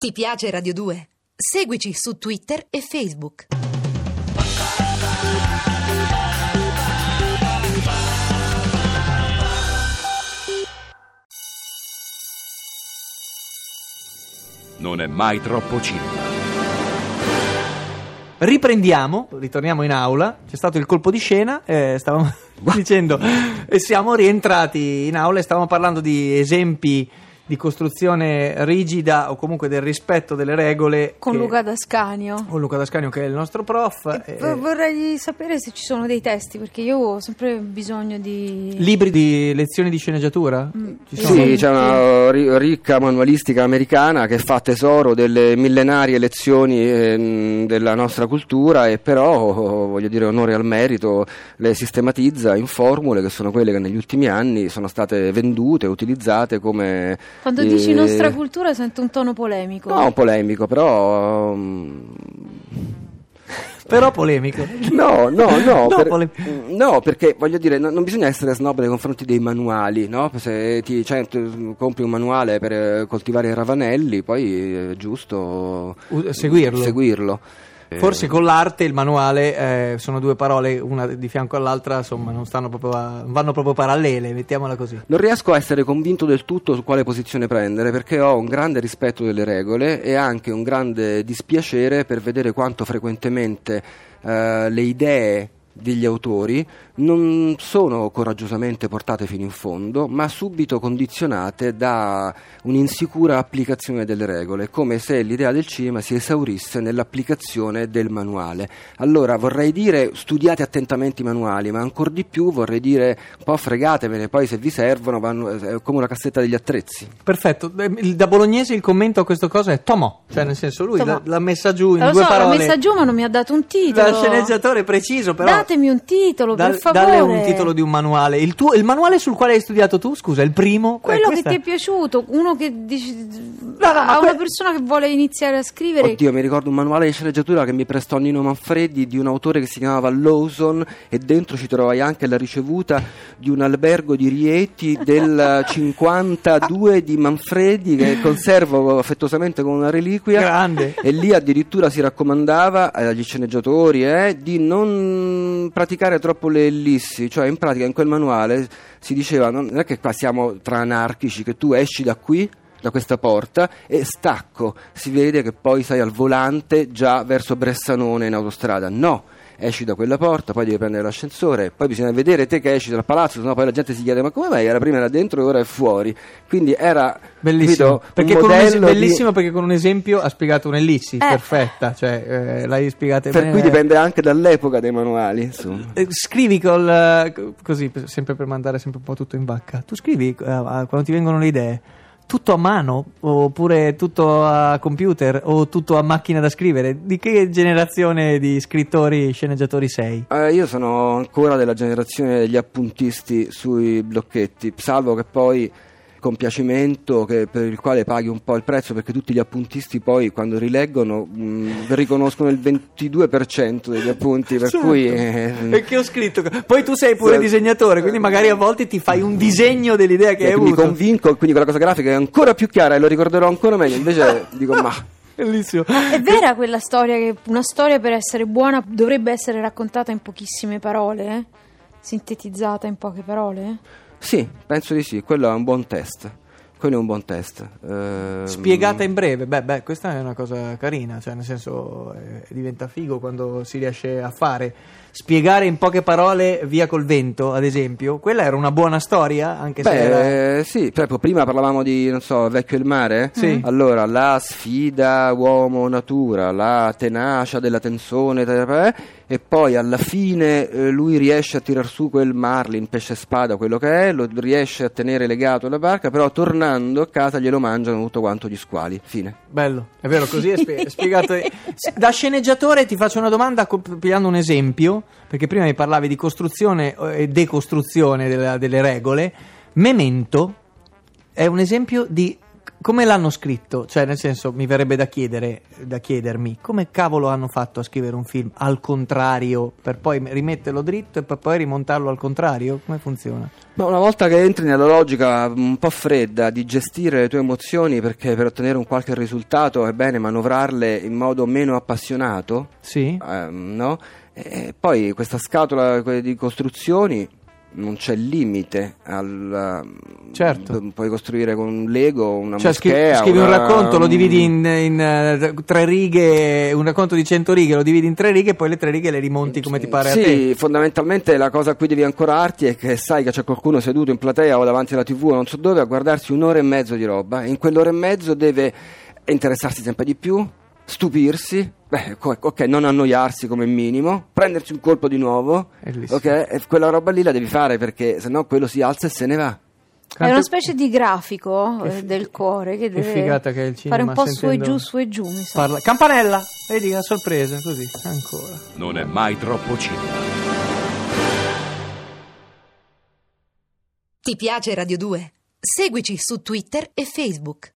Ti piace Radio 2? Seguici su Twitter e Facebook. Non è mai troppo cinema. Ritorniamo in aula. C'è stato il colpo di scena, stavamo dicendo, e siamo rientrati in aula e stavamo parlando di esempi di costruzione rigida o comunque del rispetto delle regole con Luca D'Ascanio. Con Luca D'Ascanio, che è il nostro prof. Vorrei sapere se ci sono dei testi, perché io ho sempre bisogno di libri di lezioni di sceneggiatura? Sì, c'è una ricca manualistica americana che fa tesoro delle millenarie lezioni della nostra cultura, e però, voglio dire, onore al merito, le sistematizza in formule che sono quelle che negli ultimi anni sono state vendute, utilizzate come... Quando dici nostra cultura sento un tono polemico. No, polemico, però... Però polemico. No, perché voglio dire, non bisogna essere snob nei confronti dei manuali, no? Se tu compri un manuale per coltivare i ravanelli, poi è giusto seguirlo. Forse con l'arte il manuale sono due parole, una di fianco all'altra, insomma, non vanno proprio parallele, mettiamola così. Non riesco a essere convinto del tutto su quale posizione prendere, perché ho un grande rispetto delle regole e anche un grande dispiacere per vedere quanto frequentemente le idee degli autori non sono coraggiosamente portate fino in fondo, ma subito condizionate da un'insicura applicazione delle regole, come se l'idea del cinema si esaurisse nell'applicazione del manuale. Allora vorrei dire, studiate attentamente i manuali, ma ancor di più vorrei dire, un po' fregatevene, poi se vi servono è come una cassetta degli attrezzi. Perfetto. Da bolognese il commento a questa cosa è Tomò, cioè nel senso lui l'ha messa giù in due parole. L'ha messa giù, ma non mi ha dato un titolo. Da sceneggiatore preciso, però. Datemi un titolo, per favore. Dalle un titolo di un manuale. Il manuale sul quale hai studiato tu, scusa, il primo? Quello che ti è piaciuto, uno che dici una persona che vuole iniziare a scrivere. Oddio, mi ricordo un manuale di sceneggiatura che mi prestò Nino Manfredi, di un autore che si chiamava Lawson, e dentro ci trovai anche la ricevuta di un albergo di Rieti del 52 di Manfredi, che conservo affettuosamente come una reliquia. Grande. E lì addirittura si raccomandava agli sceneggiatori di non praticare troppo le ellissi, cioè in pratica in quel manuale si diceva non è che qua siamo tra anarchici, che tu esci da qui, da questa porta, e stacco, si vede che poi sei al volante già verso Bressanone in autostrada. No, esci da quella porta, poi devi prendere l'ascensore, poi bisogna vedere te che esci dal palazzo, sennò poi la gente si chiede ma come mai prima era dentro e ora è fuori. Quindi era bellissimo, perché bellissimo perché con un esempio ha spiegato un'ellissi perfetta, cioè l'hai spiegata per bene. Cui dipende anche dall'epoca dei manuali, insomma. Scrivi così, sempre per mandare sempre un po' tutto in vacca. Tu scrivi quando ti vengono le idee tutto a mano, oppure tutto a computer, o tutto a macchina da scrivere? Di che generazione di scrittori, sceneggiatori sei? Io sono ancora della generazione degli appuntisti sui blocchetti, salvo che poi compiacimento per il quale paghi un po' il prezzo, perché tutti gli appuntisti poi quando rileggono riconoscono il 22% degli appunti, per cui perché ho scritto, poi tu sei pure disegnatore, quindi magari a volte ti fai un disegno dell'idea che hai avuto, mi convinco, quindi quella cosa grafica è ancora più chiara e lo ricorderò ancora meglio, invece dico ma bellissimo. È vera quella storia che una storia per essere buona dovrebbe essere raccontata in pochissime parole, sintetizzata in poche parole? Sì, penso di sì, quello è un buon test. Spiegata in breve, questa è una cosa carina, cioè nel senso diventa figo quando si riesce a fare. Spiegare in poche parole Via col vento, ad esempio, quella era una buona storia, anche se era... sì, proprio prima parlavamo di, non so, Vecchio e il mare? Sì. Allora, la sfida uomo-natura, la tenacia della tensione, e poi alla fine lui riesce a tirar su quel marlin, pesce spada, quello che è, lo riesce a tenere legato alla barca, però tornando a casa glielo mangiano tutto quanto gli squali. Fine. Bello, è vero, così è spiegato. Da sceneggiatore ti faccio una domanda pigliando un esempio, perché prima mi parlavi di costruzione e decostruzione delle regole. Memento è un esempio di come l'hanno scritto? Cioè, nel senso, mi verrebbe da chiedermi come cavolo hanno fatto a scrivere un film al contrario per poi rimetterlo dritto e per poi rimontarlo al contrario? Come funziona? Ma una volta che entri nella logica un po' fredda di gestire le tue emozioni, perché per ottenere un qualche risultato è bene manovrarle in modo meno appassionato, Sì? no? E poi questa scatola di costruzioni non c'è limite Certo. puoi costruire con un Lego una Cioè, moschea, scrivi un racconto, lo dividi in 3 righe, un racconto di 100 righe, lo dividi in 3 righe e poi le 3 righe le rimonti come ti pare a te. Sì, fondamentalmente la cosa a cui devi ancorarti è che sai che c'è qualcuno seduto in platea o davanti alla TV o non so dove a guardarsi un'ora e mezzo di roba, e in quell'ora e mezzo deve interessarsi sempre di più, stupirsi, ok, non annoiarsi come minimo, prendersi un colpo di nuovo, ok, e quella roba lì la devi fare, perché sennò quello si alza e se ne va. È una specie di grafico del cuore che deve figata che è il cinema, fare un po' su e sentendo- giù, mi sa. Campanella! Vedi, la sorpresa, così, ancora. Non è mai troppo cinema. Ti piace Radio 2? Seguici su Twitter e Facebook.